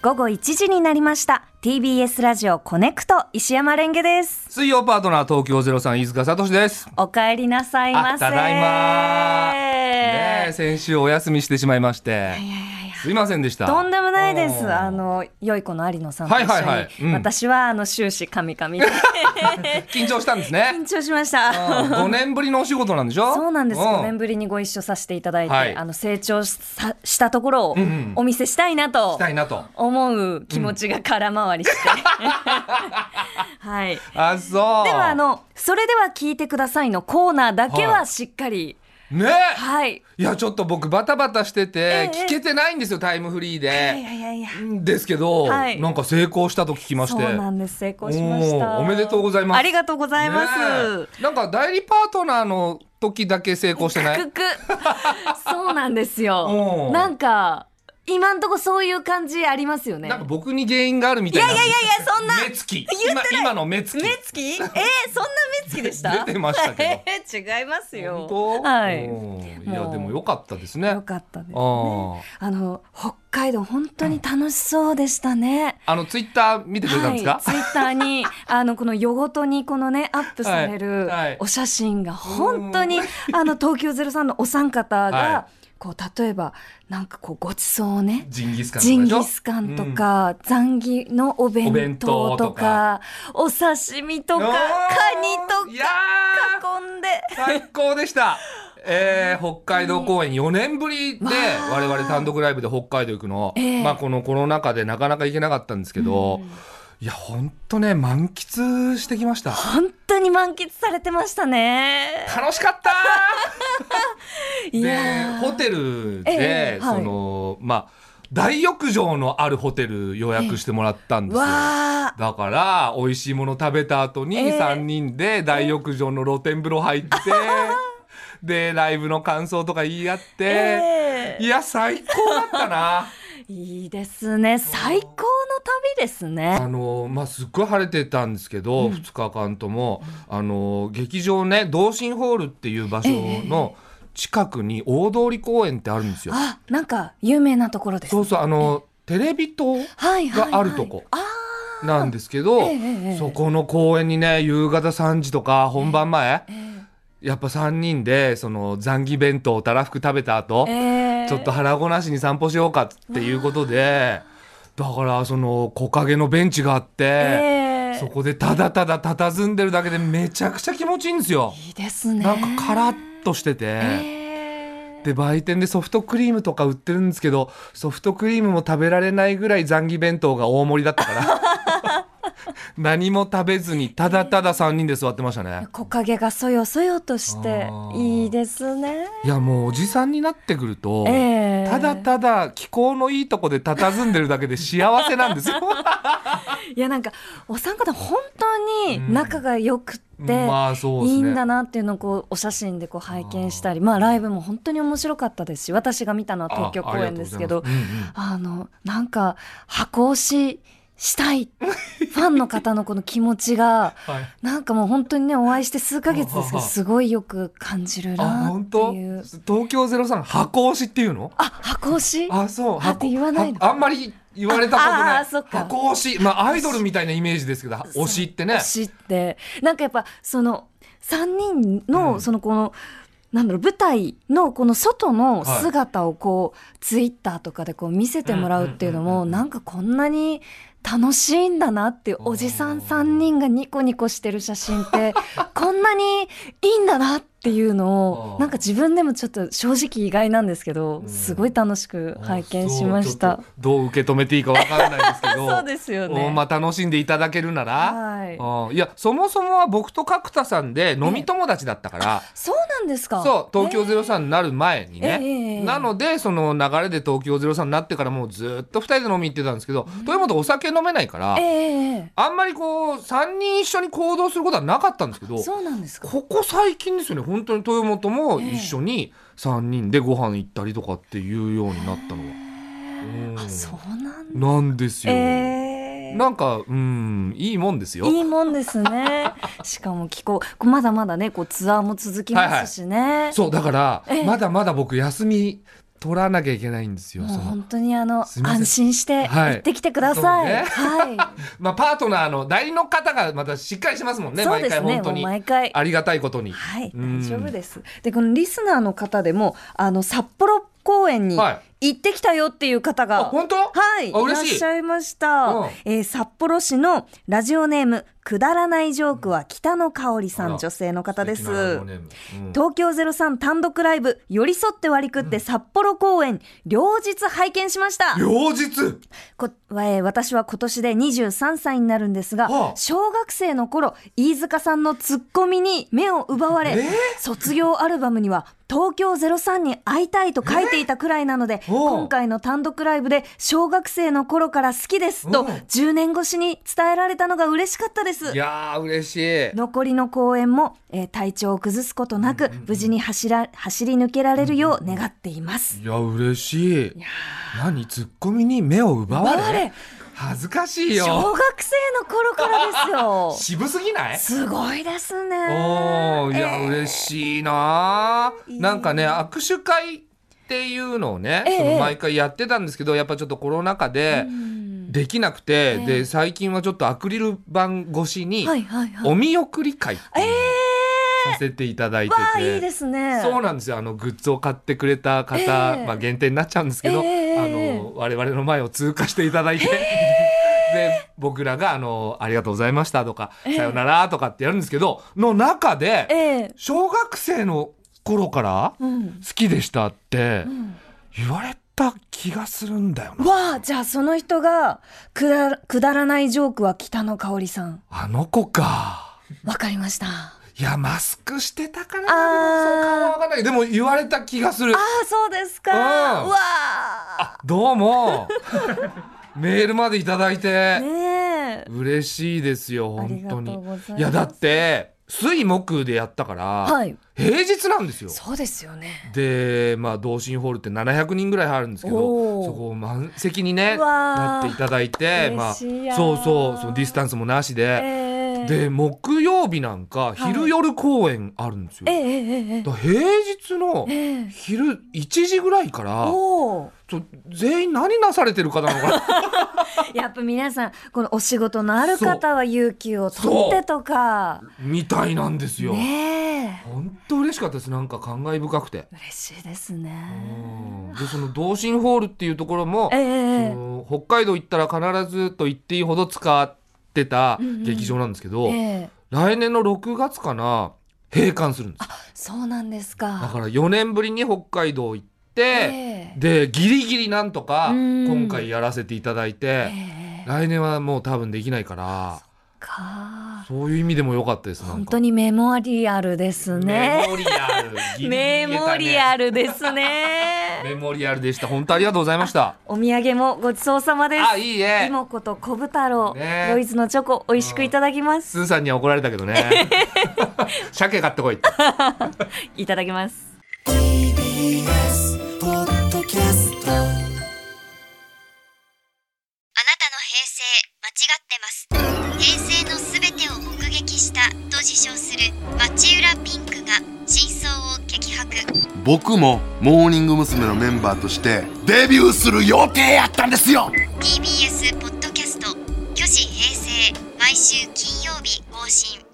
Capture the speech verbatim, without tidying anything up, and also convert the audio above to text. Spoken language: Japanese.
午後いちじになりました。 ティービーエス ラジオコネクト、石山レンゲです。 水曜パートナー東京ゼロさん飯塚聡です。 お帰りなさいませ。 ただいま、ね、先週お休みしてしまいまして、いやいやいや、すいませんでした。 とんでもないです。あの良い子の有野さんと一緒に、はいはいはい、うん、私はあの終始カミカミで緊張したんですね。 緊張しました。 ごねんぶりのお仕事なんでしょ。 そうなんです。ごねんぶりにご一緒させていただいて、はい、あの成長 し, したところをお見せしたいなと、したいなと思う気持ちが空回りして、うん、はい。 あ、そう。 ではあのそれでは聞いてくださいのコーナーだけはしっかり、はいね、 はい、 いやちょっと僕バタバタしてて聞けてないんですよ、タイムフリーで。いやいやいやですけど、はい、なんか成功したと聞きまして。 そうなんです、成功しました。 お, おめでとうございます。 ありがとうございます、 ね、なんか代理パートナーの時だけ成功してない？ そうなんですよ。なんか今んとこそういう感じありますよね。 なんか僕に原因があるみたいな。 いやいやいや、そんな目つき、今, 今の目つき目つき、えー、そんな目つきでした？ 出てましたけど、 えー、違いますよ。 本当？ はい。 いやでも良かったですね。 良かったですね。あの北海道本当に楽しそうでしたね。 あのツイッター見てくれたんですか？ はい、ツイッターにあのこの夜ごとにこのねアップされるお写真が本当に、はいはい、あの東京ゼロさんのお三方が、はい、こう例えばなんかこうごちそうね、 ジンギスカンとかジンギスカンとか、うん、ザンギのお弁当とかお刺身とかカニとか囲んで最高でした。えー、北海道公演よねんぶりで我々単独ライブで北海道行くの、えーまあ、このコロナ禍でなかなか行けなかったんですけど、うん、いや本当ね満喫してきました。 本当に満喫されてましたね。 楽しかったいやでホテルで、えー、その、はい、まあ大浴場のあるホテル予約してもらったんですよ。だから美味しいもの食べた後にさんにんで大浴場の露天風呂入って、えーでライブの感想とか言い合って、えー、いや最高だったな。 いいですね、最高の旅ですね。 あの、まあ、すっごい晴れてたんですけど、うん、ふつかかんともあの劇場ね、同心ホールっていう場所の近くに大通公園ってあるんですよ。 あ、なんか有名なところです、ね、 そうそう、あのテレビ塔があるとこなんですけど、そこの公園にね夕方さんじとか本番前、えーえーやっぱさんにんでそのザンギ弁当たらふく食べた後、えー、ちょっと腹ごなしに散歩しようかっていうことで、だからその木陰のベンチがあって、えー、そこでただただ佇んでるだけでめちゃくちゃ気持ちいいんですよ。 いいですね。 なんかカラッとしてて、えー、で売店でソフトクリームとか売ってるんですけど、ソフトクリームも食べられないぐらいザンギ弁当が大盛りだったから何も食べずにただたださんにんで座ってましたね。 木陰がそよそよとしていいですね。 いやもうおじさんになってくると、えー、ただただ気候のいいとこで佇んでるだけで幸せなんですよいやなんかお三方本当に仲が良くって、うんまあそうですね、いいんだなっていうのをこうお写真でこう拝見したり、あ、まあ、ライブも本当に面白かったですし、私が見たのは東京公演ですけど、 あ, あ, うんうん、あのなんか箱推ししたいファンの方のこの気持ちが、はい、なんかもう本当にねお会いして数ヶ月ですけどすごいよく感じるなっていう。 東京ゼロさん箱推しっていうの？ あ、箱推し？ あ、そう、 あって言わないの？ あんまり言われたことない。 ああ、そっか。 箱推し、まあアイドルみたいなイメージですけど、推しってね。 推しってなんかやっぱそのさんにんのそのこの、うん、なんだろう、舞台のこの外の姿をこう、はい、ツイッターとかでこう見せてもらうっていうのも、なんかこんなに楽しいんだなっていう、おじさんさんにんがニコニコしてる写真ってこんなにいいんだなっていうのをなんか自分でもちょっと正直意外なんですけど、すごい楽しく拝見しました。 どう受け止めていいかわからないですけどそうですよね、 まあ、楽しんでいただけるなら、はい、いやそもそもは僕と角田さんで飲み友達だったから。 そうなんですか。 そう、東京ゼロさんになる前にね、 えー、 なのでその流れで東京ゼロさんになってからもうずっとふたりで飲み行ってたんですけど、豊本お酒飲めないから、えー、あんまりこうさんにん一緒に行動することはなかったんですけど、 そうなんですか。 ここ最近ですよね、本当に豊本も一緒にさんにんでご飯行ったりとかっていうようになったのは、 えー、あ、そうなんですなんですよ、 えーなんかうんいいもんですよ。 いいもんですね。しかも気候まだまだねこうツアーも続きますしね、はいはい、 そうだからまだまだ僕休み取らなきゃいけないんですよ。 もう本当にあの安心して行ってきてください。はい、ねはい、 まあパートナーの代理の方がまたしっかりしますもんね。 そうですね、 毎回本当に毎回ありがたいことに、 はい、大丈夫です。でこのリスナーの方でもあの札幌公演に行ってきたよっていう方が、 はい、本当？ はいいらっしゃいました、うんえー、札幌市のラジオネームくだらないジョークは北野香織さん、女性の方です、うん、東京ゼロさん単独ライブ寄り添って割り食って札幌公演、うん、両日拝見しました。 両日こ、えー、私は今年でにじゅうさんさいになるんですが、はあ、小学生の頃飯塚さんのツッコミに目を奪われ、えー、卒業アルバムには東京ゼロさんに会いたいと書いていたくらいなので、えー、今回の単独ライブで小学生の頃から好きですとじゅうねん越しに伝えられたのが嬉しかったです。 いやー嬉しい。 残りの公演も、えー、体調を崩すことなく、うんうんうん、無事に走ら、走り抜けられるよう願っています。 いや嬉しい。いや何ツッコミに目を奪われ、奪われ恥ずかしいよ。 小学生の頃からですよ。 渋すぎない？ すごいですね。 おいや、えー、嬉しいな。なんかね握手会っていうのをね、えー、その毎回やってたんですけどやっぱちょっとコロナ禍でできなくて、えー、で最近はちょっとアクリル板越しにお見送り会っていうのをさせていただいてて、 えー、いいですね。 そうなんですよ。あのグッズを買ってくれた方、えーまあ、限定になっちゃうんですけど、えー、あの我々の前を通過していただいて、えーで僕らがあのありがとうございましたとか、えー、さよならとかってやるんですけどの中で、えー、小学生の頃から好きでしたって言われた気がするんだよな、 うん、わあじゃあその人がく だ, くだらないジョークは北野香織さん。 あの子か。 わかりました。 いやマスクしてたからそう顔わかんない。でも言われた気がする。 ああそうですか、うん、わあどうもメールまでいただいて、 ね、 嬉しいですよ本当に。いやだって水木でやったから、はい、平日なんですよ。 そうですよね。 でまあ同心ホールってななひゃくにんぐらい入るんですけどそこを満席にねなっていただいて、まあ、そうそうそうディスタンスもなしで、えーで木曜日なんか昼夜公演あるんですよ、はいえーえー、だ平日の昼いちじぐらいから、えー、ちょ全員何なされてる方なのかなやっぱ皆さんこのお仕事のある方は有給を取ってとかみたいなんですよ、 ね、 本当嬉しかったです。なんか感慨深くて嬉しいですね。 でその同心ホールっていうところも、えー、その北海道行ったら必ずと言っていいほど使ってた劇場なんですけど、うんうんえー、来年のろくがつかな閉館するんです。 あそうなんですか。 だからよねんぶりに北海道行って、えー、でギリギリなんとか今回やらせていただいて、えー、来年はもう多分できないからかそういう意味でも良かったです。なんか本当にメモリアルですね。 メモリアルギリギリ、 ね、メモリアルですねメモリアルでした。本当ありがとうございました。 お土産もごちそうさまです。 あいいね。 妹子と小太郎、ね、ロイズのチョコ美味しくいただきます。 スーさんには怒られたけどね鮭買ってこいっていただきます。 ティービーエス ポッドキャスト。あなたの平成間違ってます。平成のすべてを目撃したと自称する町浦ピンクが真相を激白。 僕もモーニング娘。のメンバーとしてデビューする予定やったんですよ。 ティービーエス ポッドキャスト虚子平成毎週金曜日更新。